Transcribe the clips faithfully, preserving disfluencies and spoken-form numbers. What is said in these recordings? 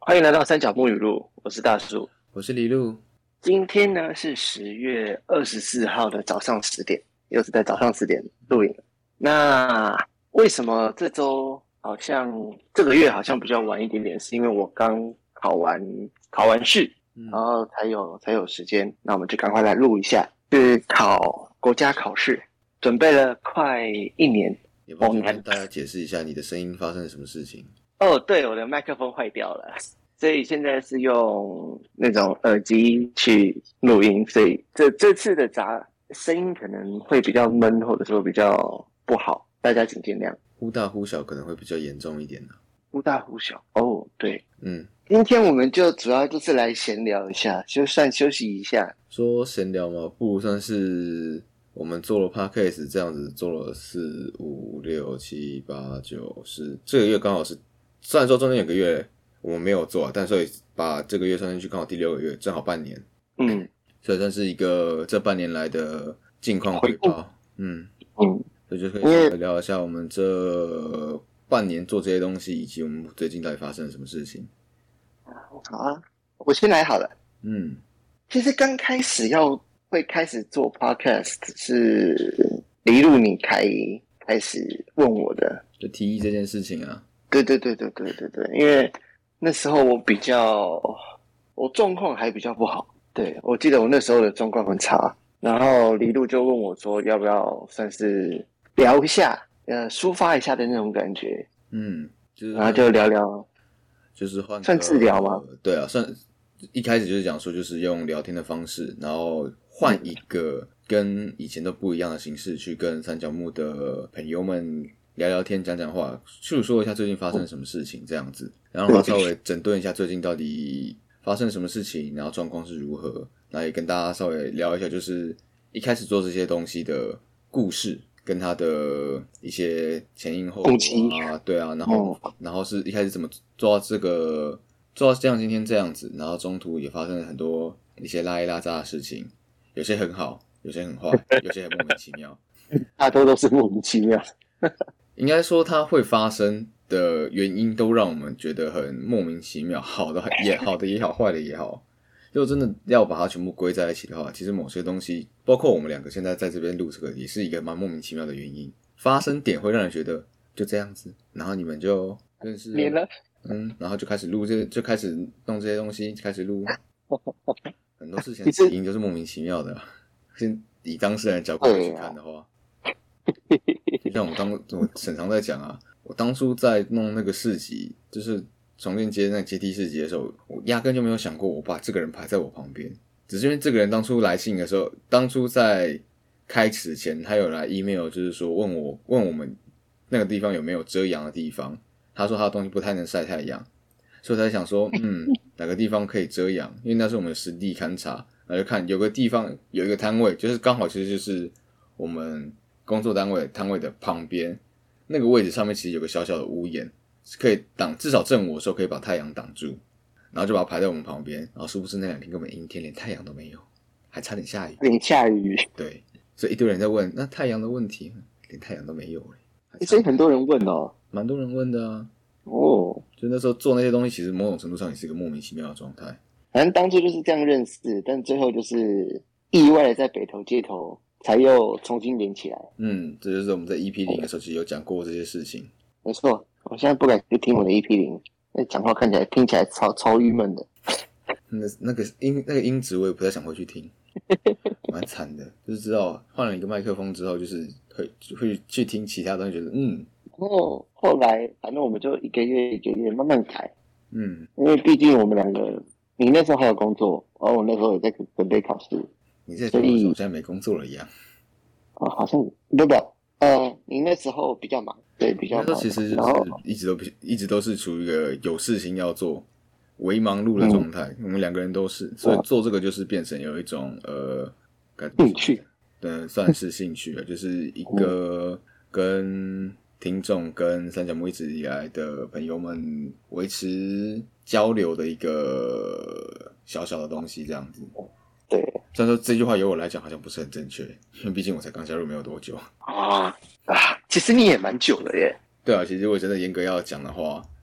欢迎来到三角木语录，我是大树。 我是李路。 今天呢是十月二十四号的早上十点，又是在早上十点录影。那为什么这周好像这个月好像比较晚一点点？是因为我刚考完考完试，然后才有才有时间。那我们就赶快来录一下，是考国家考试，准备了快一年。 也不跟大家解释一下你的声音发生了什么事情？ 哦，对，我的麦克风坏掉了。所以现在是用那种耳机去录音，所以这这次的杂声音可能会比较闷，或者说比较不好，大家请见谅。 忽大忽小可能会比较严重一点的。 忽大忽小哦，对， 嗯， 今天我们就主要就是来闲聊一下，就算休息一下。 说闲聊嘛，不如算是我们做了 podcast 这样子，做了四五六七八九十，这个月刚好是，虽然说中间有个月我们没有做，但所以把这个月算进去，刚好第六个月，正好半年。 嗯， 所以算是一个这半年来的近况汇报。嗯嗯， 所以就可以聊一下我们这半年做这些东西，以及我们最近到底发生了什么事情。 好啊，我先来好了。 嗯， 其实刚开始要会开始做 podcast 是离路你开开始问我的， 就提议这件事情啊。 对对对对对对对，因为那时候我比较我状况还比较不好，对，我记得我那时候的状况很差，然后李路就问我说要不要算是聊一下，呃，抒发一下的那种感觉， 嗯，就是然后就聊聊， 就是换算治疗吗？ 对啊，算一开始就是讲说，就是用聊天的方式，然后换一个跟以前都不一样的形式，去跟三角木的朋友们聊聊天、讲讲话，诉说一下最近发生了什么事情这样子，然后稍微整顿一下最近到底发生了什么事情，然后状况是如何，然后也跟大家稍微聊一下，就是一开始做这些东西的故事。跟他的一些前因后果啊，对啊，然后、嗯、然后是一开始怎么做到这个做到这样今天这样子，然后中途也发生了很多一些拉一拉杂的事情，有些很好，有些很坏，有些很莫名其妙， 大多都是莫名其妙。 应该说它会发生的原因都让我们觉得很莫名其妙，好的也好的也好，坏的也好。就真的要把它全部归在一起的话，其实某些东西，包括我们两个现在在这边录这个，也是一个蛮莫名其妙的原因。发生点会让人觉得就这样子，然后你们就认识免了， 嗯，然后就开始录这，就开始弄这些东西，开始录。很多事情的起因就是莫名其妙的。先以当事人的角度去看的话，就像我当我沈常在讲啊，我当初在弄那个市集，就是重建街那阶梯市集的时候，我压根就没有想过我把这个人排在我旁边，只是因为这个人当初来信的时候，当初在开始前他有来 email， 就是说问我问我们那个地方有没有遮阳的地方，他说他的东西不太能晒太阳，所以才想说嗯哪个地方可以遮阳，因为那是我们的实地勘察，然后就看有个地方有一个摊位，就是刚好其实就是我们工作单位摊位的旁边，那个位置上面其实有个小小的屋檐。可以挡，至少正午的时候可以把太阳挡住，然后就把它排在我们旁边。然后殊不知那两天根本阴天，连太阳都没有，还差点下雨。 连下雨， 对，所以一堆人在问那太阳的问题，连太阳都没有欸。所以很多人问哦， 蛮多人问的啊。 哦， 就那时候做那些东西，其实某种程度上也是一个莫名其妙的状态。 反正当初就是这样认识，但最后就是意外的在北投街头才又重新连起来。 嗯，这就是我们在 E P 零 的时候其实有讲过这些事情。 没错。我现在不敢去听我的 E P 零，那讲话看起来听起来超超郁闷的。 那那个音那个音质我也不太想回去听，蛮惨的。就是知道换了一个麦克风之后，就是会会去听其他东西，觉得嗯。 然后后来反正我们就一个月一个月慢慢改， 嗯， 因为毕竟我们两个，你那时候还有工作，然后我那时候也在准备考试。 你在说我现在没工作了一样。 啊，好像不不，呃，你那时候比较忙。对，比较忙。 那时候其实就是一直都一直都是处于一个有事情要做、微忙碌的状态。嗯、我们两个人都是，所以做这个就是变成有一种呃， 兴趣， 对，算是兴趣了，就是一个跟听众、跟三角木一直以来的朋友们维持交流的一个小小的东西，这样子。 对， 虽然说这句话由我来讲好像不是很正确，因为毕竟我才刚加入没有多久啊啊，其实你也蛮久了耶。 对啊，其实我真的严格要讲的话，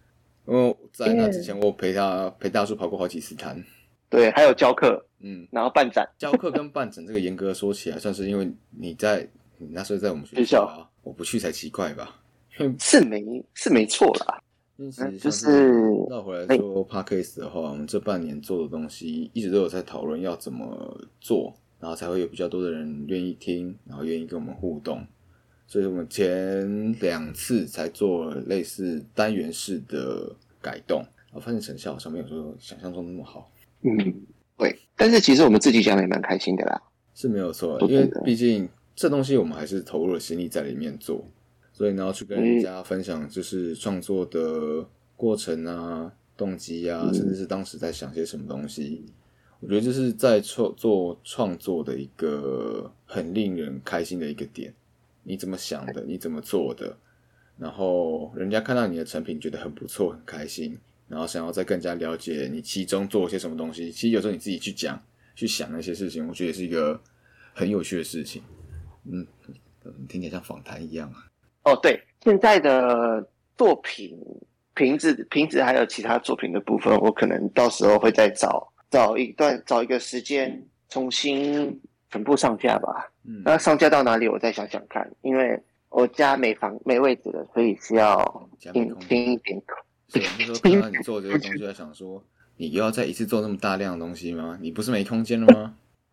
因为在那之前我陪他陪大叔跑过好几次摊。 对，还有教课， 嗯， 然后办展。 教课跟办展这个严格说起来，算是因为你在你那时候在我们学校啊，我不去才奇怪吧？ 是没是没错啦。 嗯，就是绕回来说 Podcast 的话，我们这半年做的东西一直都有在讨论要怎么做，然后才会有比较多的人愿意听，然后愿意跟我们互动。所以我们前两次才做类似单元式的改动，然后发现成效好像没有说想象中那么好。 嗯，对，但是其实我们自己讲的也蛮开心的啦， 是没有错，因为毕竟这东西我们还是投入了心力在里面做，所以然后去跟人家分享就是创作的过程啊、动机啊，甚至是当时在想些什么东西，我觉得这是在做创作的一个很令人开心的一个点。你怎么想的？你怎么做的？然后人家看到你的成品觉得很不错，很开心。然后想要再更加了解你其中做了些什么东西，其实有时候你自己去讲、去想那些事情，我觉得也是一个很有趣的事情。嗯，听起来像访谈一样啊。 哦，对，现在的作品瓶子、瓶子还有其他作品的部分，我可能到时候会再找找一段、找一个时间重新全部上架吧。嗯，那上架到哪里，我再想想看，因为我家没房没位置了，所以需要轻轻一点口。 所以那时候看到你做这些东西，在想说，你又要再一次做那么大量的东西吗？你不是没空间了吗？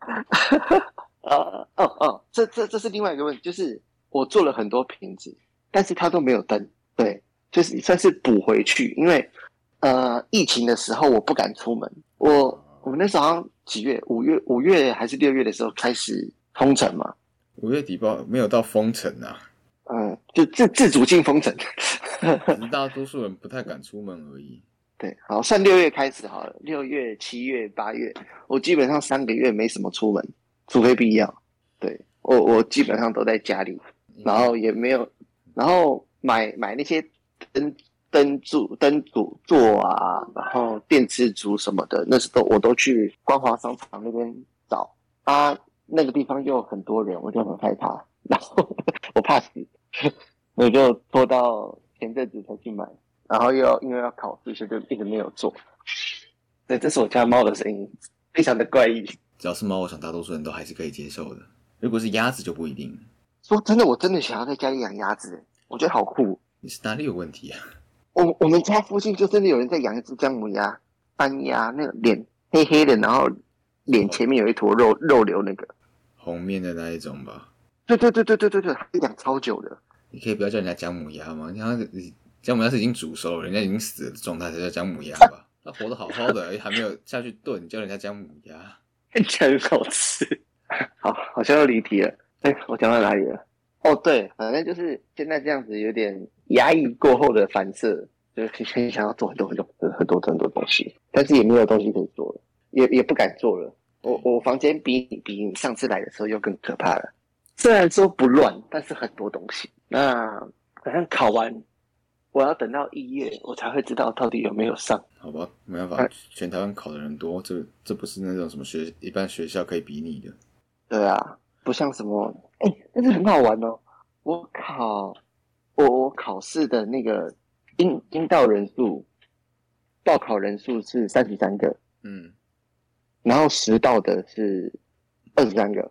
呃，哦哦，这这这是另外一个问题，就是我做了很多瓶子，但是它都没有灯，对，就是算是补回去，因为呃疫情的时候我不敢出门，我我们那时候好像几月，五月五月还是六月的时候开始封城嘛， 五月底报没有到封城啊。 嗯，就自自主性封城， 只是大多数人不太敢出门而已。 对，好，算六月开始好了，六月、七月、八月，我基本上三个月没什么出门，除非必要。对，我我基本上都在家里，然后也没有，然后买买那些灯灯柱、灯组座啊，然后电池组什么的，那时候我都去光华商场那边找啊，那个地方又很多人，我就很害怕，然后我怕死。我就拖到前阵子才去买，然后又因为要考试，所以就一直没有做。对，这是我家猫的声音，非常的怪异。 只要是猫，我想大多数人都还是可以接受的。如果是鸭子就不一定。 说真的，我真的想要在家里养鸭子，我觉得好酷。 你是哪里有问题啊？ 我我们家附近就真的有人在养一只姜母鸭、斑鸭，那个脸黑黑的，然后脸前面有一坨肉肉瘤，那个红面的那一种吧。 对对对对对对对，养超久的。 你可以不要叫人家姜母鸭吗？你姜母鸭是已经煮熟了，人家已经死了的状态才叫姜母鸭吧？它活得好好的，还没有下去炖，你叫人家姜母鸭， 看起来很好吃。好，好像又离题了。哎，我讲到哪里了？哦，对，反正就是现在这样子，有点压抑过后的反射，就是很想要做很多很多很多很多东西，但是也没有东西可以做了，也也不敢做了。我我房间比比你上次来的时候又更可怕了。虽然说不乱，但是很多东西。那好像考完，我要等到一月，我才会知道到底有没有上。 好吧，没办法，全台湾考的人多，这这不是那种什么学一般学校可以比拟的。 对啊，不像什么，哎、欸，但是很好玩哦。我考，我我考试的那个应应到人数，报考人数是三十三个，嗯，然后实到的是二十三个。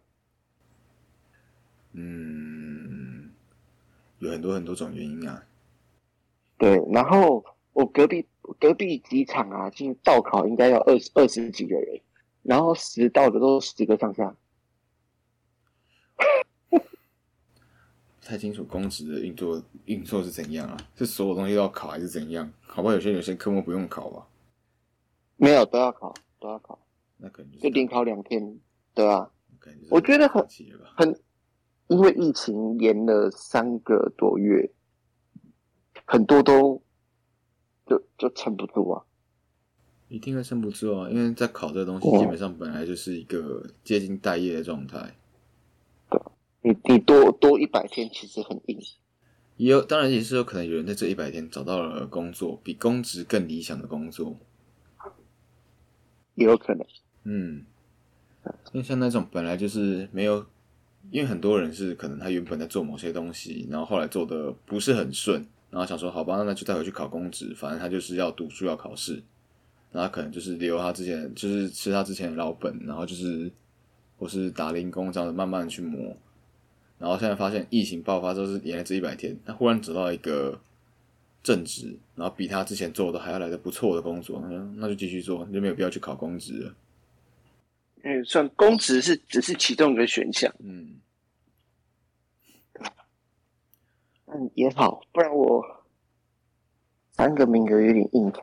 嗯，有很多很多种原因啊。 对，然后我隔壁隔壁几场啊，进到考应该要二十二十几个人，然后实到的都十个上下。 不太清楚公职的运作运作是怎样啊？是所有东西都要考还是怎样？好不好？有些有些科目不用考吧？ 没有，都要考，都要考。 那可能就就连考两天，对啊。我觉得很很。因为疫情延了三个多月，很多都就就撑不住啊！ 一定会撑不住啊！因为在考这个东西，基本上本来就是一个接近待业的状态。 对，你你多多一百天，其实很硬。 也有，当然也是有可能有人在这一百天找到了工作，比公职更理想的工作， 也有可能。 嗯，因为像那种本来就是没有。因为很多人是可能他原本在做某些东西，然后后来做的不是很顺，然然后想说好吧，那就带回去考公职，反正他就是要读书要考试，那他可能就是留他之前就是吃他之前的老本，然后就是或是打零工这样子慢慢的去磨，然后现在发现疫情爆发之后是延了这一百天，他忽然找到一个正职，然后比他之前做的还要来的不错的工作，那就继续做，就没有必要去考公职了。 嗯，算公职是只是其中一个选项。 嗯， 嗯，也好，不然我三个名额有点硬。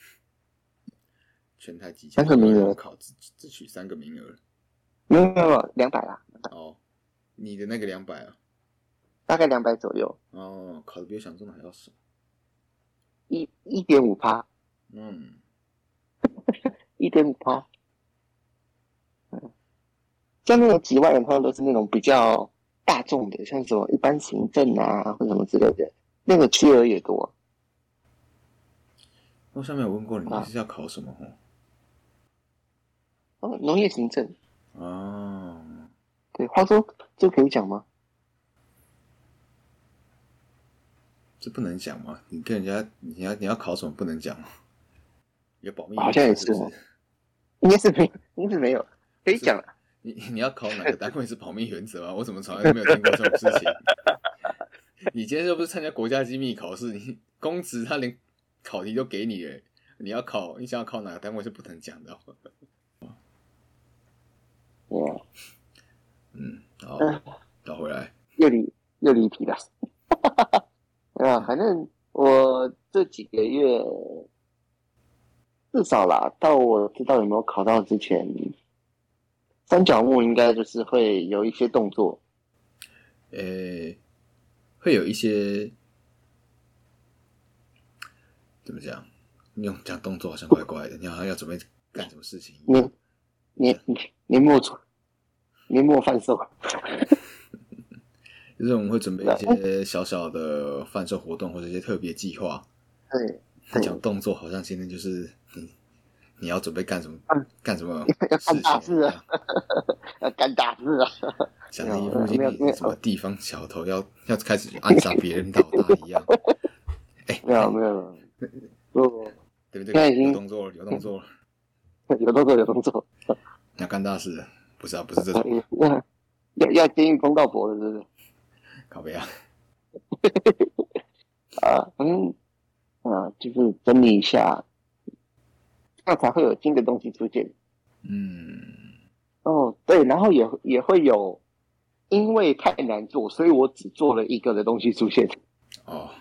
全台几千三个名额考只只取三个名额， 没有没有两百啦。 哦，你的那个两百啊？ 大概两百左右。 哦，考的比我想中的还要少。 一一点五趴。 嗯， 一点五趴。嗯，像那种几万人，通常都是那种比较大众的，像什么一般行政啊，或什么之类的，那个缺额也多。 我上面有问过你，你是要考什么？ 哦，农业行政。 哦， 对，话说这可以讲吗？ 这不能讲吗？你跟人家，你要你要考什么不能讲吗？有保密好像也是不是？ 应该是没有，应该是没有，可以讲了。 你你要考哪个单位是保密原则吗？我怎么从来都没有听过这种事情？你今天又不是参加国家机密考试，你公职他连考题都给你了，你要考，你想要考哪个单位是不能讲的。 哇， 嗯，好，倒回来， 又离又离题了。啊，反正我这几个月，至少啦，到我知道有没有考到之前，三角木应该就是会有一些动作。 呃，会有一些怎么讲？你用讲动作好像怪怪的，你好像要准备干什么事情？ 年年年末出年末贩售。 就是我们会准备一些小小的贩售活动或者一些特别计划。 对， 讲动作好像今天就是你你要准备干什么？干什么要干大事啊！要干大事啊！ 讲的一副今天什么地方小头要要开始暗杀别人老大一样。哎， 没有没有，不， 对不对？有动作了，有动作了， 有动作有动作。 要干大事了，不是啊，不是这种。 要要监狱公道博的，是不是？ 靠北啊！ 啊，嗯，啊，就是整理一下，那才会有新的东西出现。 嗯， 哦，对，然后也也会有，因为太难做，所以我只做了一个的东西出现。 哦，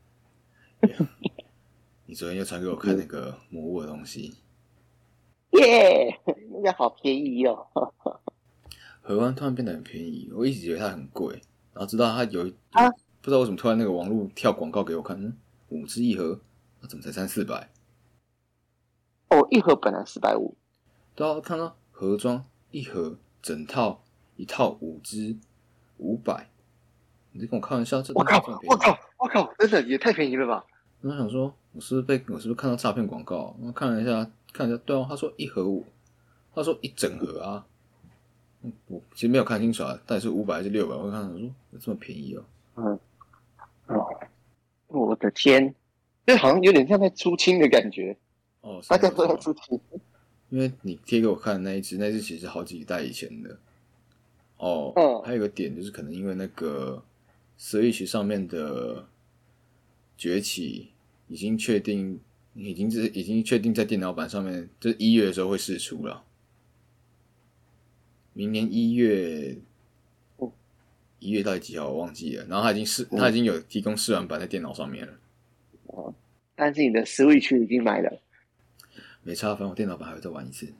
你昨天又传给我看那个魔物的东西， 耶，那个好便宜哦。 荷官突然变得很便宜，我一直以为它很贵。然后知道他有啊， 不知道为什么突然那个网络跳广告给我看，嗯，五支一盒，那怎么才三四百？ 哦，一盒本来四百五。 对啊，看到盒装一盒整套一套五支五百，你在跟我开玩笑？这我靠！我靠！我靠！真的也太便宜了吧！ 我想说，我是不是被我是不是看到诈骗广告？我看了一下，看一下，对啊，他说一盒五，他说一整盒啊。我其实没有看清楚啊，到底是五百还是六百？我看到说这么便宜哦。 嗯，哦，我的天，这好像有点像在出清的感觉。 哦， 大家都在出清。 因为你贴给我看的那一只，那一只其实是好几代以前的。哦， 嗯， 还有一个点就是可能因为那个 Switch 上面的崛起已经确定，已经是已经确定在电脑版上面，就是一月的时候会释出了。明年一月，一月到底几号我忘记了。然后他已经试，他已经有提供试玩版在电脑上面了。 哦，但是你的 Switch 已经买了， 没差，反正我电脑版还会再玩一次。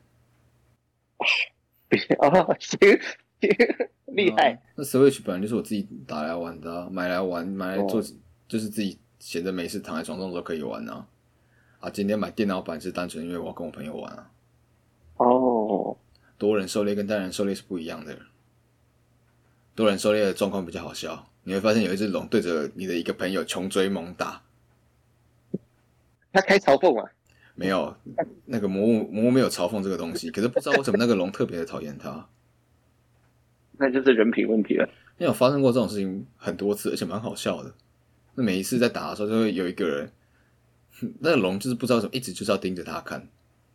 哦，行，厉害。 那 Switch 本来就是我自己打来玩的、啊，买来玩，买来做，哦、就是自己闲着没事躺在床上都可以玩啊。啊，今天买电脑版是单纯因为我要跟我朋友玩啊。 哦。 多人狩猎跟单人狩猎是不一样的。多人狩猎的状况比较好笑，你会发现有一只龙对着你的一个朋友穷追猛打。 他开嘲讽啊？ 没有，那个魔物魔物没有嘲讽这个东西，可是不知道为什么那个龙特别的讨厌他。 那就是人品问题了。 因为有发生过这种事情很多次，而且蛮好笑的。 那每一次在打的时候，就会有一个人，那个龙就是不知道为什么一直就是要盯着他看。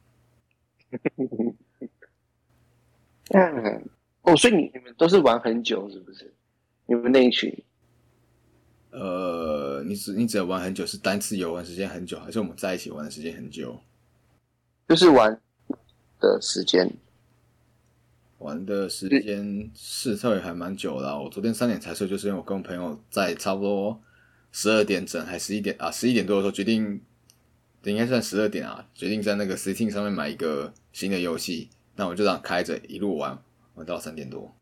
嗯，哦，所以你你们都是玩很久是不是？你们那一群？ 呃，你只你只要玩很久，是单次游玩时间很久，还是我们在一起玩的时间很久？ 就是玩的时间。 玩的时间是稍微还蛮久的、啊。我昨天三点才睡，就是因为我跟我朋友在差不多十二点整还十一点啊，十一点多的时候决定，应该算十二点啊，决定在那个 Steam 上面买一个新的游戏，那我就这样开着一路玩，玩到三点多。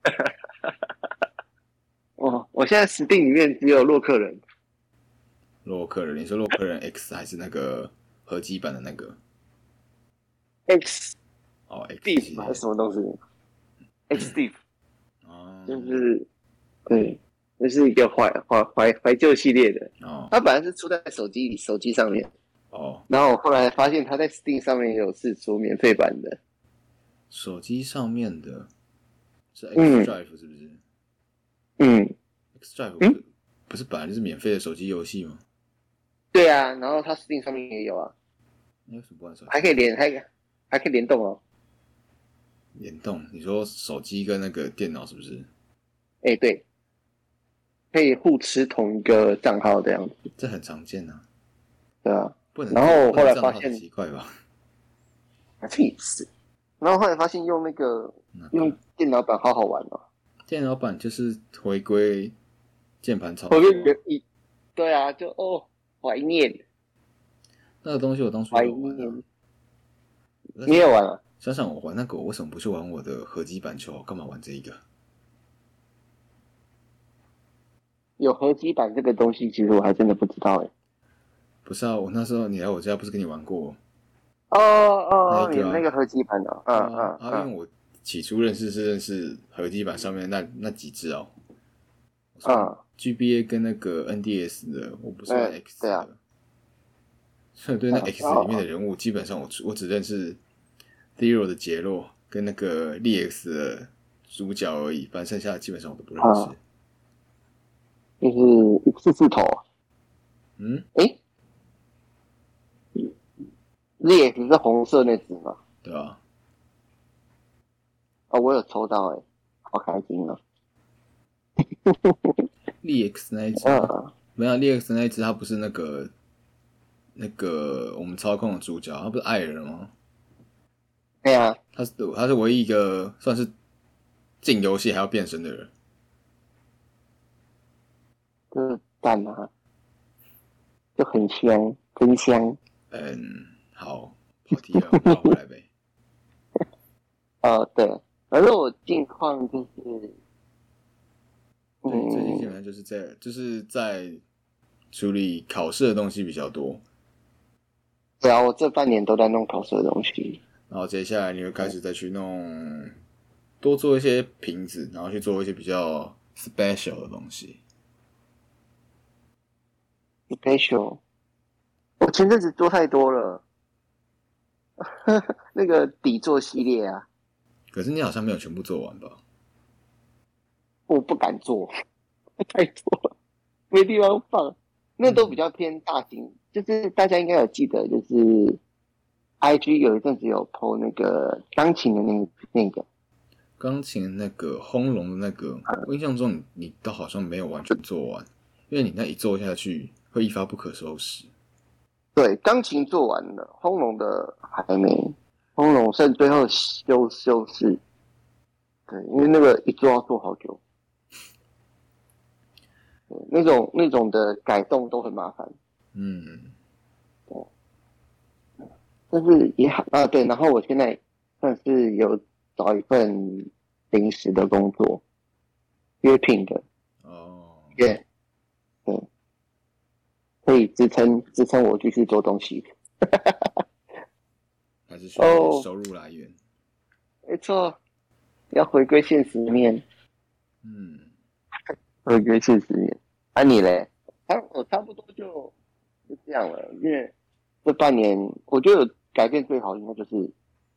哦，我现在 Steam 里面只有洛克人。 洛克人，你说洛克人 X 还是那个合集版的那个 X 哦 X Thief 还是什么东西 ？X Thief 哦， 就是对，那是一个怀怀怀怀旧系列的。 哦， 它本来是出在手机手机上面， 哦， 然后我后来发现它在 Steam 上面也有试出免费版的。 手机上面的是 X 嗯 Drive 是不是？ 嗯 ，X Drive 不嗯是、不是本来就是免费的手机游戏吗？ 对啊，然后它 Steam 上面也有啊， 那为什么不玩手机？ 还可以连，还还可以联动哦。 联动？你说手机跟那个电脑是不是？ 哎，对，可以互吃同一个账号这样子， 这很常见啊， 对啊。 不能然后后来不能这样的话才发现， 奇怪吧？ 这也是。然后后来发现用那个用电脑版好好玩哦。 电脑版就是回归键盘操作、啊， 回归一，对啊，就哦怀念那个东西我当初也有玩啊。 你也玩啊？ 想想我玩那个，我为什么不去玩我的合集版球？干嘛玩这一个？ 有合集版这个东西，其实我还真的不知道哎。 不是啊，我那时候你来我家不是跟你玩过？ 哦哦， 那个、啊、 你那个合集版的、哦，嗯嗯啊，啊因为我起初认识是认识合集版上面那那几只哦。 嗯 ，G B A 跟那个 N D S 的，我不是玩 X 的。 对啊。 所以对那 X 里面的人物，基本上我我只认识 Zero 的杰洛跟那个 L X 的主角而已，反正剩下的基本上我都不认识。 就是一次四头。 嗯， 诶 L X 是红色那只吗？ 对啊。 哦，我有抽到诶，好开心啊 ！L X 那一只、啊，没有 L X 那一只，它不是那个那个我们操控的主角，他不是艾尔吗？ 对啊， 他是他是唯一一个算是进游戏还要变身的人。 就是蛋啊，就很香，真香。 嗯，好，跑题了，我们绕回来呗。 呃，对，反正我近况就是， 嗯，对，最近基本上就是在就是在处理考试的东西比较多。 对啊，我这半年都在弄考试的东西。 然后接下来你会开始再去弄，多做一些瓶子，然后去做一些比较 special 的东西。 special， 我前阵子做太多了，那个底座系列啊。 可是你好像没有全部做完吧？ 我不敢做，太多了，没地方放。那都比较偏大型，嗯、就是大家应该有记得，就是 I G 有一阵子有 po 那个钢琴的那那个。 钢琴那个轰隆的那个，我印象中你你都好像没有完全做完，因为你那一做下去会一发不可收拾。 对，钢琴做完了，轰隆的还没，轰隆剩最后修修饰。对，因为那个一做要做好久，那种那种的改动都很麻烦。 嗯， 对，但是也好啊，对。然后我现在算是有找一份临时的工作，约聘的。 哦， 对，对，可以支撑支撑我继续做东西。 还是需要一些收入来源。 没错。要回归现实面， 嗯， 回归现实面。啊你嘞？啊，我差不多就就这样了，因为这半年我觉得改变最好应该就是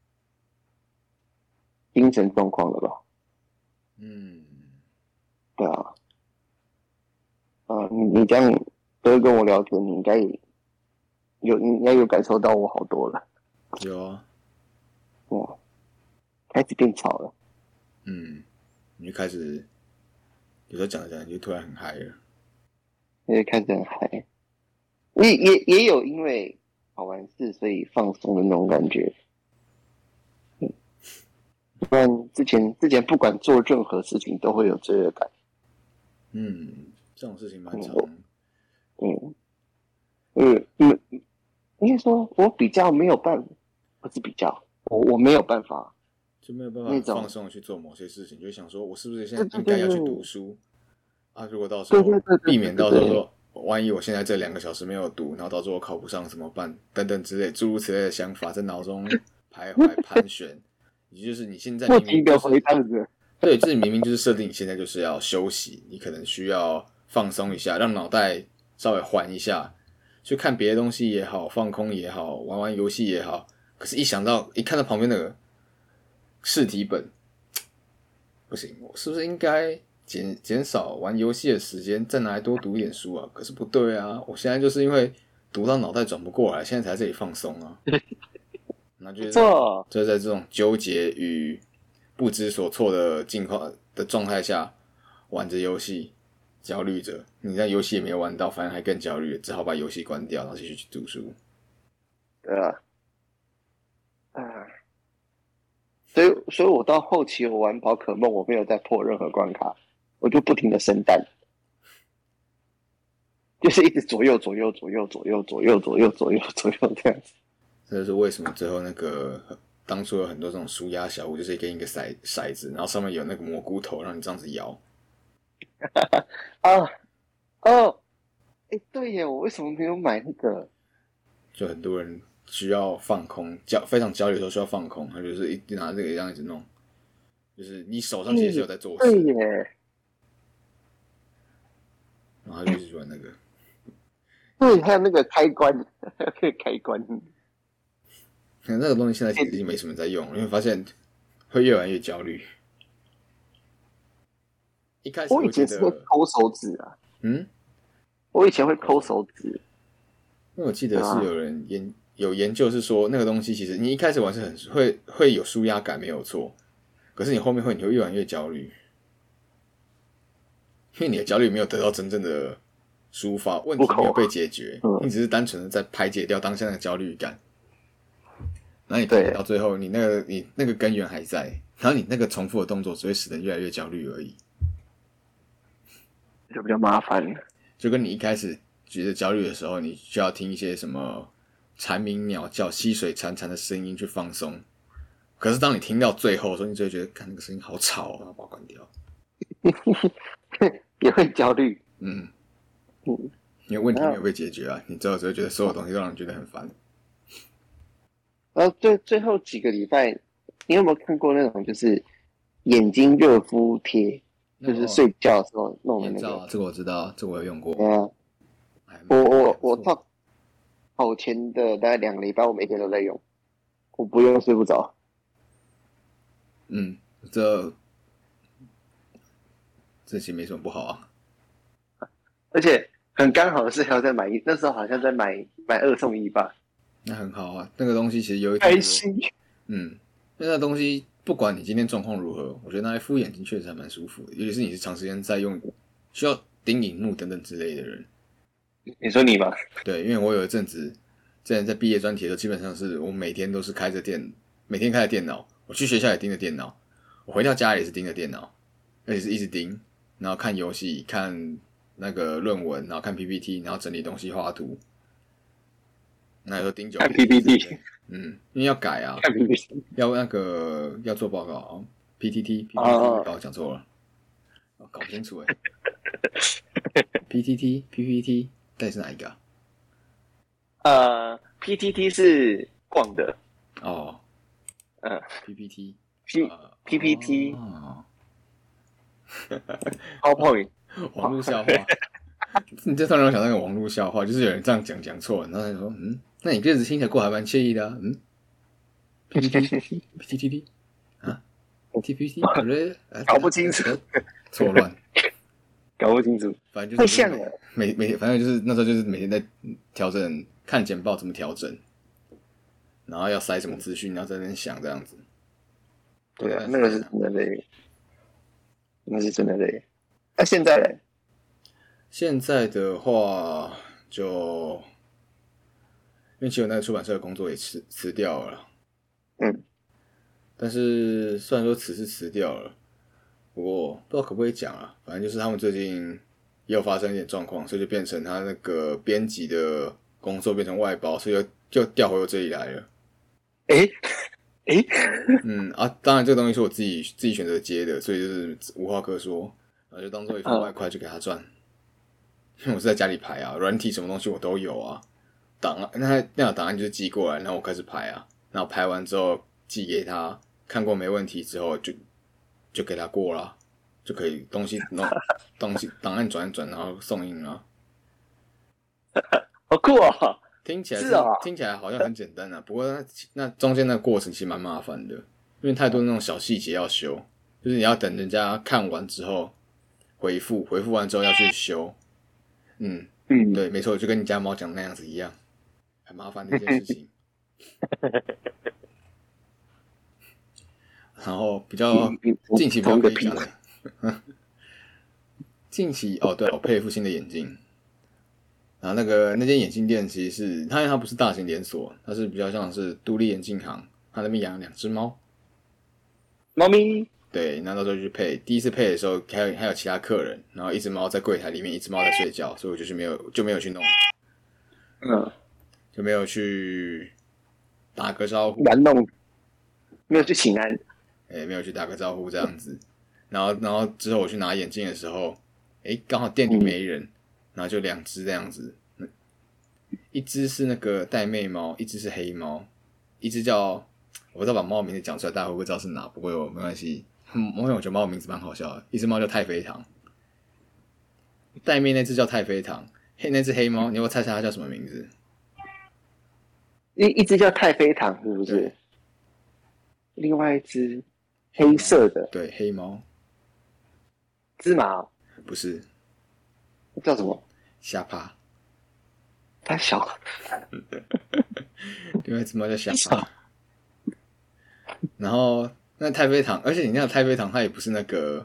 精神状况了吧？ 嗯， 对啊，啊，你你这样都会跟我聊天，你应该有，你应该有感受到我好多了。 有啊， 哇，开始变吵了。 嗯，你就开始有时候讲着讲着就突然很嗨了， 也开始很嗨，也也也有因为好玩事所以放松的那种感觉。嗯，不然之前之前不管做任何事情都会有罪恶感。 嗯，这种事情蛮常， 嗯嗯嗯，应该说我比较没有办法，不是比较，我我没有办法。 就没有办法很放松的去做某些事情，就会想说，我是不是现在应该要去读书啊？如果到时候避免到时候说，万一我现在这两个小时没有读，然后到时候我考不上怎么办？等等之类诸如此类的想法在脑中徘徊盘旋。也就是你现在明明就是对，就是明明就是设定你现在就是要休息，你可能需要放松一下，让脑袋稍微缓一下，去看别的东西也好，放空也好，玩玩游戏也好。可是，一想到一看到旁边那个试题本，不行，我是不是应该减减少玩游戏的时间，再拿来多读一点书啊？可是不对啊，我现在就是因为读到脑袋转不过来，现在才在这里放松啊。那就是就在这种纠结与不知所措的境况的状态下，玩着游戏，焦虑着。你在游戏也没有玩到，反而还更焦虑，只好把游戏关掉，然后继续去读书。 对啊，啊。所以，所以我到后期我玩宝可梦，我没有再破任何关卡，我就不停的生蛋，就是一直左右左右左右左右左右左右左右左右这样子。 这就是为什么最后那个当初有很多这种舒压小物，就是给你一个骰骰子，然后上面有那个蘑菇头，让你这样子摇。 啊哦，哎、欸，对耶，我为什么没有买那个？ 就很多人需要放空，焦非常焦虑的时候需要放空，他就是一直拿这个这样一直弄，就是你手上其实是有在做事， 对耶， 然后他就一直玩那个。 对，还有那个开关，可以开关。 可能那个东西现在其实已经没什么在用，因为发现会越玩越焦虑。一开始我以前是会抠手指啊，嗯，我以前会抠手指， 因为我记得是有人研有研究是说，那个东西其实你一开始玩是很会会有舒压感，没有错，可是你后面会你会越玩越焦虑，因为你的焦虑没有得到真正的抒发，问题没有被解决，你只是单纯的在排解掉当下的焦虑感。然后你排解到最后，你那个你那个根源还在，然后你那个重复的动作只会使人越来越焦虑而已。 就比较麻烦， 就跟你一开始觉得焦虑的时候，你需要听一些什么蝉鸣鸟叫、溪水潺潺的声音去放松。可是当你听到最后的时候，你就会觉得，看那个声音好吵，然后把它关掉。 也会焦虑， 嗯嗯，因为问题没有被解决啊，你最后只会觉得所有东西都让你觉得很烦。 然后最最后几个礼拜，你有没有看过那种就是眼睛热敷贴？就是睡觉的时候弄的那个， 这个我知道，这个我有用过。 嗯，我我我到考前的大概两个礼拜，我每天都在用，我不用睡不着。 嗯，这这其实没什么不好啊。 而且很刚好的是，还要再买一，那时候好像在买买二送一吧。 那很好啊，那个东西其实有一点开心。 嗯，那个东西。不管你今天状况如何，我觉得拿来敷眼睛确实还蛮舒服的，尤其是你是长时间在用，需要盯荧幕等等之类的人。 你说你吗？ 对，因为我有一阵子，之前在毕业专题的时候，基本上是我每天都是开着电，每天开着电脑，我去学校也盯着电脑，我回到家也是盯着电脑，而且是一直盯，然后看游戏、看那个论文，然后看 P P T， 然后整理东西、画图。那有时候盯久看 P P T。 嗯，因为要改啊，要那个要做报告 ，P T T，P P T， 哦，讲错了，搞不清楚哎，P T T，P P T， 到底是哪一个啊？ 呃 ，P T T 是逛的哦， 嗯 ，P P T，P P P T， 哦 PowerPoint， 网络笑话，你这突然让我想到那个网络笑话，就是有人这样讲讲错了，然后他说，嗯。那你日子听起来过还蛮惬意的啊，嗯 ？P P T，P T T 啊 ，T P T， 搞不清楚， 错乱。 搞不清楚， 反正就太是每像了。 每每反正就是那时候就是每天在调整看简报怎么调整，然后要塞什么资讯，然后在那边想这样子。 对啊，那个是真的累，那是真的累。那、啊、现在呢？ 现在的话就，因为其实我那个出版社的工作也辞辞掉了， 嗯， 但是虽然说辞是辞掉了，不过不知道可不可以讲啊，反正就是他们最近也有发生一点状况，所以就变成他那个编辑的工作变成外包，所以就就调回我这里来了。 诶诶， 嗯啊，当然这个东西是我自己自己选择接的，所以就是无话可说，然后就当做一份外快就给他赚。因为我是在家里排啊，软体什么东西我都有啊，档案那那档案就是寄过来，然后我开始排啊，然后排完之后寄给他，看过没问题之后就就给他过了，就可以东西弄东西档案转一转，然后送印了。 好酷哦！ 听起来是是哦， 听起来好像很简单啊，不过那那中间那个过程其实蛮麻烦的，因为太多那种小细节要修，就是你要等人家看完之后回复，回复完之后要去修。嗯嗯，对，没错，就跟你家猫讲的那样子一样，很麻烦的一件事情。然后比较近期比较可以讲的，近期哦，对，我配一副新的眼镜。然后那个那间眼镜店其实是它，它不是大型连锁，它是比较像是独立眼镜行。它那边养了两只猫， 猫咪。 对，那到时候就去配。第一次配的时候，还有还有其他客人，然后一只猫在柜台里面，一只猫在睡觉，所以我就是没有就没有去弄， 嗯， 就没有去打个招呼， 玩弄，没有去请安， 哎，没有去打个招呼这样子。然后然后之后我去拿眼镜的时候，哎，刚好店里没人。嗯，然后就两只这样子，一只是那个玳瑁猫，一只是黑猫，一只叫我不知道把猫名字讲出来，大家会不会知道是哪？不过没关系，因为我觉得猫的名字蛮好笑的。一只猫叫太妃糖，玳瑁那只叫太妃糖，黑那只黑猫，你要不要猜猜它叫什么名字？ 一一只叫太妃糖，是不是？另外一只黑色的， 对，黑猫， 芝麻不是。 叫什么？ 虾趴， 它小。 另外一只猫叫虾趴。然后那太妃糖，而且你那个太妃糖，它也不是那个，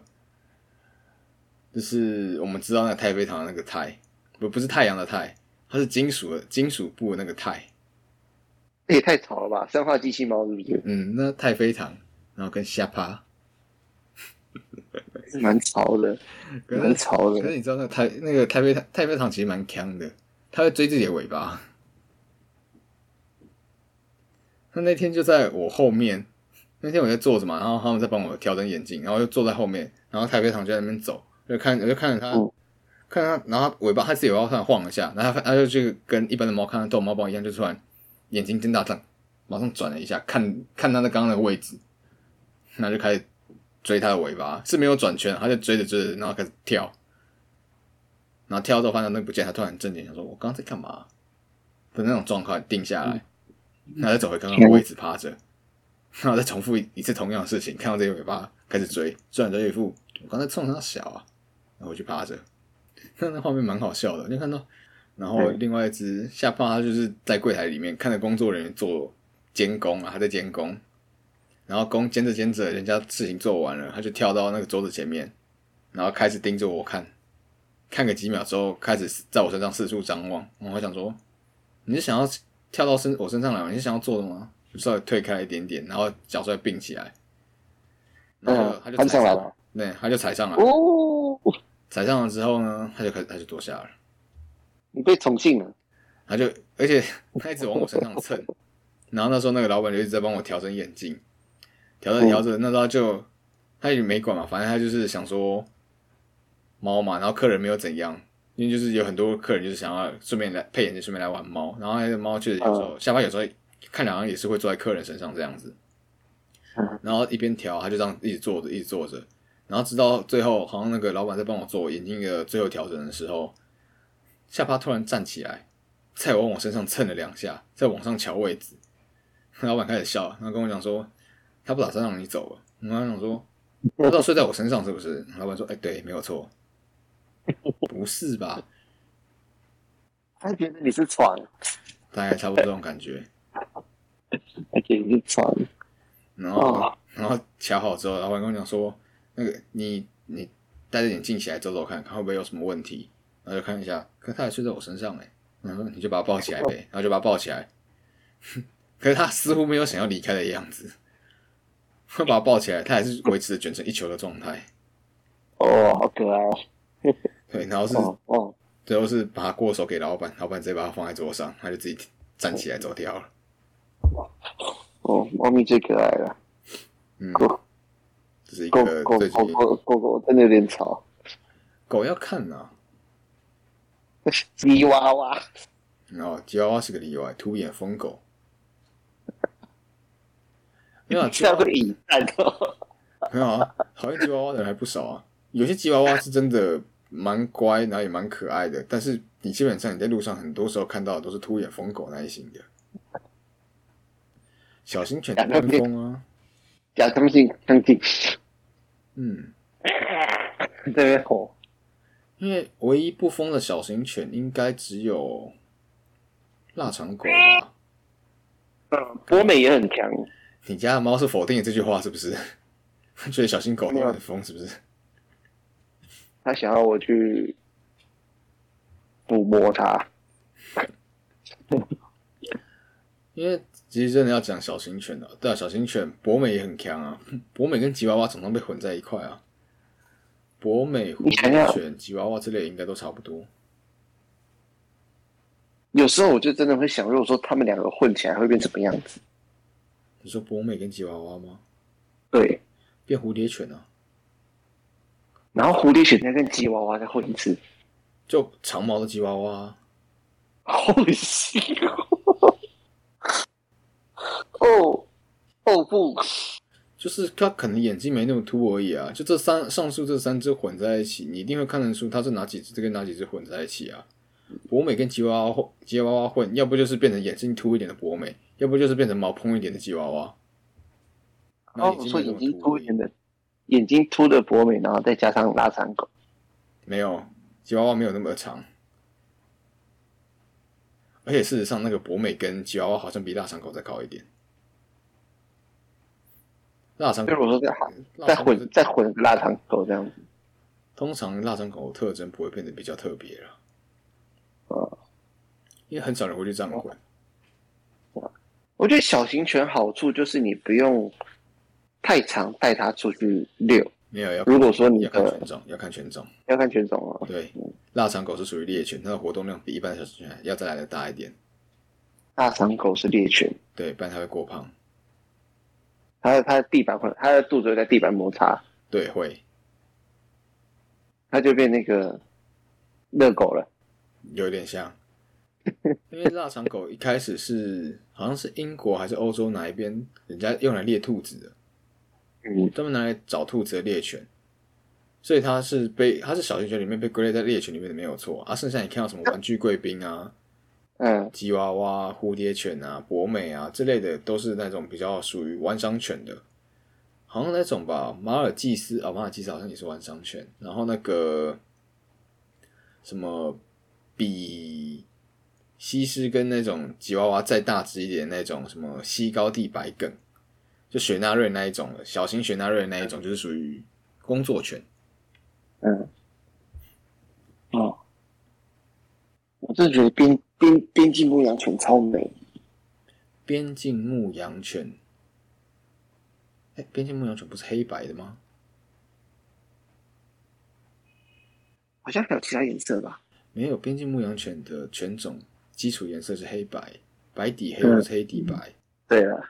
就是我们知道那个太妃糖的那个太，不不是太阳的太，它是金属的金属部的那个太。 这也太吵了吧！生化机器猫是不是？ 嗯，那太妃糖，然后跟虾趴。 蛮潮的，蛮潮的。 可是你知道那个太那个太妃太妃糖其实蛮强的，它会追自己的尾巴。他那天就在我后面，那天我在坐着嘛，然后他们在帮我调整眼镜，然后就坐在后面，然后太妃糖就在那边走，就看我就看着他，嗯、看着他，然后尾巴他自己尾巴突然晃了下，然后他他就就跟一般的猫看到逗猫棒一样，就突然眼睛睁大张，马上转了一下，看看他那刚刚那个位置，然后就开始追他的尾巴，是没有转圈，他就追着追着，然后开始跳，然后跳到发现那个不见，他突然震惊，想说：“我刚刚在干嘛？”的那种状况定下来，然后再走回刚刚的位置趴着，然后再重复一次同样的事情，看到这个尾巴开始追，追完这一副，我刚才冲他小啊，然后我去趴着，那那画面蛮好笑的，就看到，然后另外一只下趴，他就是在柜台里面看着工作人员做监工啊，他在监工。然后工兼着兼着，人家事情做完了，他就跳到那个桌子前面，然后开始盯着我看，看个几秒之后，开始在我身上四处张望。然后我想说，你是想要跳到身我身上来吗？你是想要做的吗？就稍微退开一点点，然后脚稍微并起来，然后他就踩上来了，对，他就踩上来，哦，踩上了之后呢，他就开始他就躲下了。 你被宠幸了， 他就而且他一直往我身上蹭。然后那时候那个老板就一直在帮我调整眼镜，调着调着，那时候就他也没管嘛，反正他就是想说猫嘛，然后客人没有怎样，因为就是有很多客人就是想要顺便来配眼镜，顺便来玩猫，然后那个猫确实有时候、嗯、下巴有时候看好像也是会坐在客人身上这样子，然后一边调他就这样一直坐着一直坐着，然后直到最后好像那个老板在帮我做眼睛的最后调整的时候，下巴突然站起来，再往我身上蹭了两下，再往上瞧位置。老板开始笑，然后跟我讲说，他不打算让你走了。然后他讲说，他知道睡在我身上是不是？老板说，哎、欸，对，没有错。 不是吧？ 他觉得你是床， 大概差不多这种感觉。 他觉得你是床， 然后、哦、然后瞧好之后，老板跟我讲说，那个你你戴着眼镜起来走走看，看会不会有什么问题。然后就看一下，可是他还睡在我身上哎，然后你就把他抱起来呗，然后就把他抱起来。可是他似乎没有想要离开的样子，会把他抱起来，他还是维持着卷成一球的状态。 哦，好可爱哦。 对，然后是哦哦， 最后是把他过手给老板，老板直接把他放在桌上，他就自己站起来走掉了。 哦，猫咪最可爱了。 嗯，这是一个狗最近狗狗狗真的有点吵。 狗要看啊。 吉娃娃。 哦，吉娃娃是个例外，凸眼疯狗。没有啊， 这样会引战哦。 没有啊，讨厌吉娃娃的人还不少啊。有些吉娃娃是真的蛮乖，然后也蛮可爱的，但是你基本上你在路上很多时候看到的都是凸眼疯狗那一型的。小型犬的跟风啊， 假相信相信。 嗯， 这边吼。 因为唯一不疯的小型犬应该只有腊肠狗吧。 嗯，博美也很强。 你家的猫是否定了这句话是不是？觉得小型狗都很疯是不是？ 他想要我去抚摸它。 因为其实真的要讲小型犬的、啊，对啊，小型犬博美也很强啊，博美跟吉娃娃常常被混在一块啊。博美、蝴蝶犬、吉娃娃之类应该都差不多。 有时候我就真的会想，如果说他们两个混起来会变什么样子？ 你说博美跟吉娃娃吗？ 对， 变蝴蝶犬啊。 然后蝴蝶犬再跟吉娃娃再混一次， 就长毛的吉娃娃。 好恶心哦！哦不， 就是它可能眼睛没那么凸而已啊。就这三上述这三只混在一起，你一定会看得出它是哪几只跟哪几只混在一起啊。博美跟吉娃娃吉娃娃混，要不就是变成眼睛凸一点的博美，要不就是变成毛蓬一点的吉娃娃。 然后我说眼睛凸一点的，眼睛凸的博美，然后再加上腊肠狗。 没有，吉娃娃没有那么长。而且事实上，那个博美跟吉娃娃好像比腊肠狗再高一点。腊肠狗， 如果说再再混再混腊肠狗这样子， 通常腊肠狗的特征不会变得比较特别了。 呃， 因为很少人会去这样混。 我觉得小型犬好处就是你不用太常带它出去遛。 没有要， 如果说你要看犬种，要看犬种， 要看犬种哦。 对，腊肠狗是属于猎犬，它的活动量比一般的小型犬要再来的大一点。 腊肠狗是猎犬， 对，不然它会过胖。 它的它的地板会，它的肚子会在地板摩擦。 对，会。 它就变那个热狗了。 有点像。因为腊肠狗一开始是好像是英国还是欧洲哪一边人家用来猎兔子的， 嗯， 专门拿来找兔子的猎犬，所以它是被它是小型犬里面被归类在猎犬里面的没有错啊。剩下你看到什么玩具贵宾啊、 嗯， 吉娃娃、蝴蝶犬啊、博美啊之类的，都是那种比较属于玩赏犬的，好像那种吧，马尔济斯啊、哦，马尔济斯好像也是玩赏犬，然后那个什么比西施跟那种吉娃娃再大只一点的那种什么西高地白梗，就雪纳瑞那一种的小型雪纳瑞那一种，就是属于工作犬。 嗯，哦，我真的觉得边边边境牧羊犬超美。 边境牧羊犬，哎、欸，边境牧羊犬不是黑白的吗？ 好像还有其他颜色吧？ 没有，边境牧羊犬的犬种基础颜色是黑白，白底黑或是黑底白。嗯、 对啊，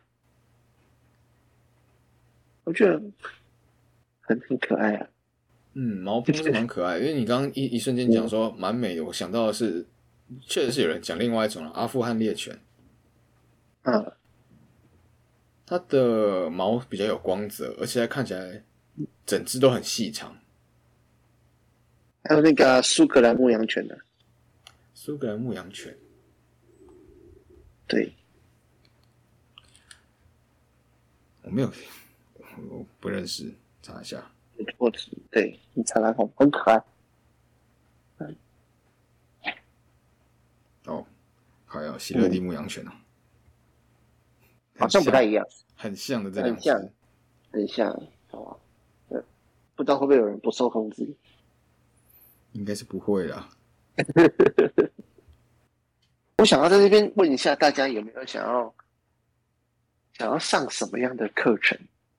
我觉得很很可爱啊。 嗯，毛峰是蛮可爱的，因为你刚刚一一瞬间讲说蛮美的，我想到的是，确实是有人讲另外一种阿富汗猎犬。 嗯， 它的毛比较有光泽，而且它看起来整只都很细长。 还有那个苏格兰牧羊犬的， 苏格兰牧羊犬， 对， 我没有，我不认识，查一下。 或者对你查查看，很可爱。嗯哦，还有喜乐蒂牧羊犬哦、嗯， 好像不太一样， 很像的这两只， 很像，哦，不知道会不会有人不受控制？ 应该是不会啦。 我想要在这边问一下大家，有没有想要想要上什么样的课程？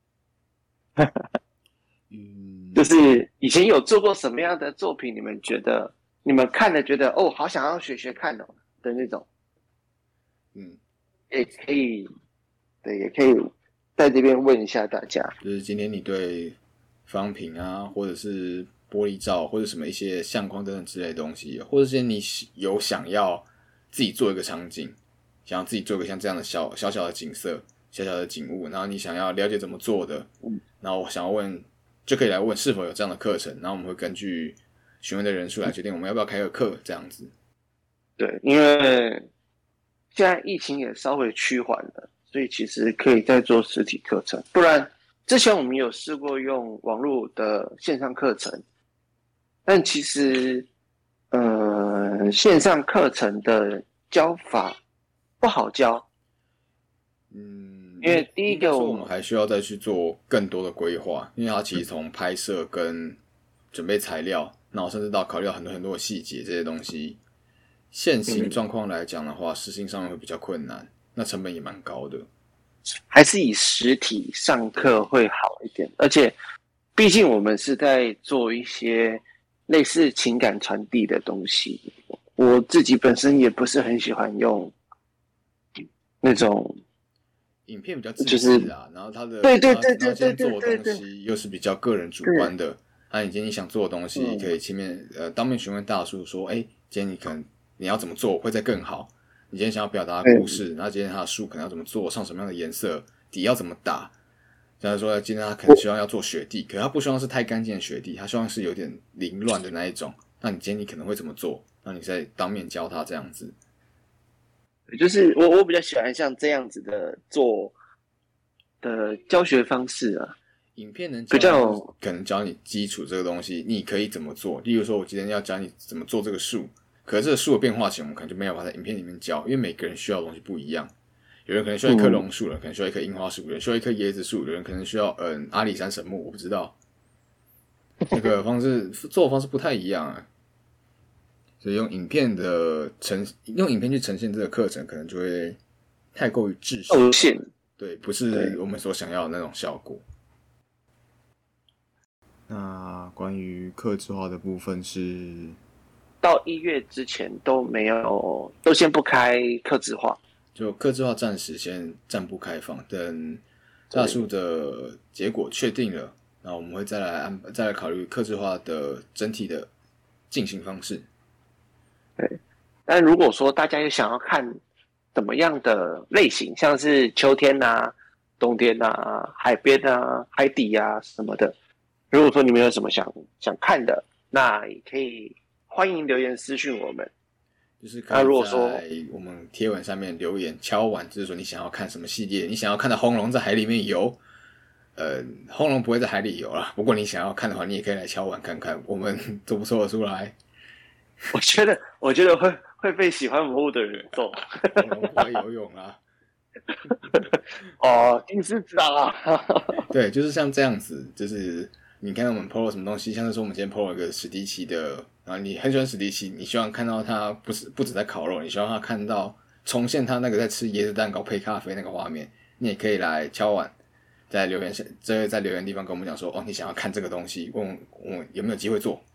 嗯，就是以前有做过什么样的作品，你们觉得你们看了觉得哦，好想要学学看哦的那种，嗯，也可以，对，也可以在这边问一下大家， 就是今天你对方瓶啊，或者是玻璃罩，或者什么一些相框等等之类的东西，或者是你有想要自己做一个场景，想要自己做一个像这样的小小小的景色、小小的景物，然后你想要了解怎么做的，嗯，然后我想要问，就可以来问是否有这样的课程，然后我们会根据询问的人数来决定我们要不要开个课，这样子。 对，因为现在疫情也稍微趋缓了，所以其实可以再做实体课程。不然之前我们有试过用网络的线上课程，但其实呃线上课程的教法不好教。嗯，因为第一个我们还需要再去做更多的规划，因为它其实从拍摄跟准备材料，然后甚至到考虑到很多很多的细节这些东西。现行状况来讲的话，实行上面会比较困难，那成本也蛮高的。 还是以实体上课会好一点，而且毕竟我们是在做一些类似情感传递的东西。我自己本身也不是很喜欢用那种影片比较自私啊，然后它的对对对对对对做的东西又是比较个人主观的。那你今天你想做的东西，可以前面呃当面询问大叔说，哎，今天你可能。你要怎么做会再更好？你今天想要表达的故事，然后今天他的树可能要怎么做，上什么样的颜色，底要怎么打？假如说今天他可能希望要做雪地，可是他不希望是太干净的雪地，他希望是有点凌乱的那一种。那你今天你可能会怎么做？那你再当面教他这样子。 就是我我比较喜欢像这样子的做的教学方式啊。 影片能比较可能教你基础这个东西，你可以怎么做？例如说，我今天要教你怎么做这个树。可是这个树的变化型，我们可能就没有办法在影片里面教，因为每个人需要的东西不一样。有人可能需要一棵榕树，有人可能需要一棵樱花树，有人需要一棵椰子树，有人可能需要嗯阿里山神木，我不知道。那个方式做的方式不太一样啊，所以用影片的呈用影片去呈现这个课程，可能就会太过于制式，对，不是我们所想要的那种效果。那关于客制化的部分是。 到一月之前都没有，都先不开客制化， 就客制化暂时先暂不开放，等大数的结果确定了，然后我们会再来安再来考虑客制化的整体的进行方式。 对，但如果说大家也想要看怎么样的类型，像是秋天啊、冬天啊、海边啊、海底啊什么的，如果说你们有什么想想看的，那也可以。欢迎留言私讯我们， 就是可以在我们贴文上面留言敲碗，就是说你想要看什么系列，你想要看到轰龙在海里面游，呃，轰龙不会在海里游啦，不过你想要看的话，你也可以来敲碗看看，我们做不做得出来。 我觉得，我觉得会会被喜欢魔物的人揍。 轰龙不会游泳啦。 哦，硬是知道啊。 对，就是像这样子，就是你看到我们 P O 了什么东西，像是说我们今天 P O 了一个史迪奇的。啊，你很喜欢史迪奇，你希望看到他不是不止在烤肉，你希望他看到重现他那个在吃椰子蛋糕配咖啡那个画面，你也可以来敲碗，在留言这在留言地方跟我们讲说，哦，你想要看这个东西，问我们有没有机会做。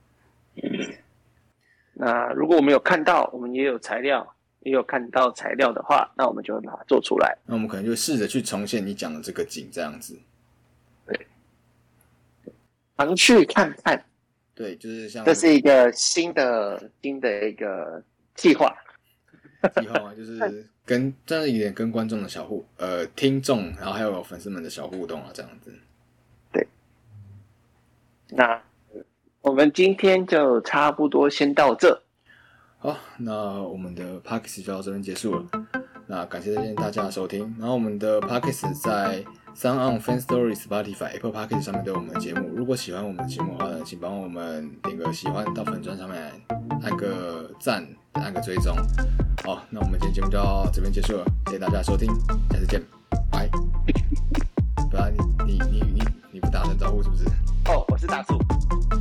那如果我们有看到，我们也有材料，也有看到材料的话，那我们就会把它做出来。 那我们可能就试着去重现你讲的这个景，这样子。 对，常去看看。 对，就是像这是一个新的新的一个计划， 计划嘛，就是跟这样一点跟观众的小互呃听众，然后还有粉丝们的小互动啊，这样子。 对，那我们今天就差不多先到这。 好，那我们的 Podcast 就到这边结束了。那感谢今天大家的收听。然后我们的 Podcast 在 SoundOn、Fanstory、Spotify、Apple Podcast 上面都有我们的节目。如果喜欢我们的节目的话呢，请帮我们点个喜欢，到粉专上面按个赞， 按个追踪。好，那我们今天节目就到这边结束了，谢谢大家的收听，下次见，拜。不然你你你你你不打声招呼是不是？ 哦，我是大树。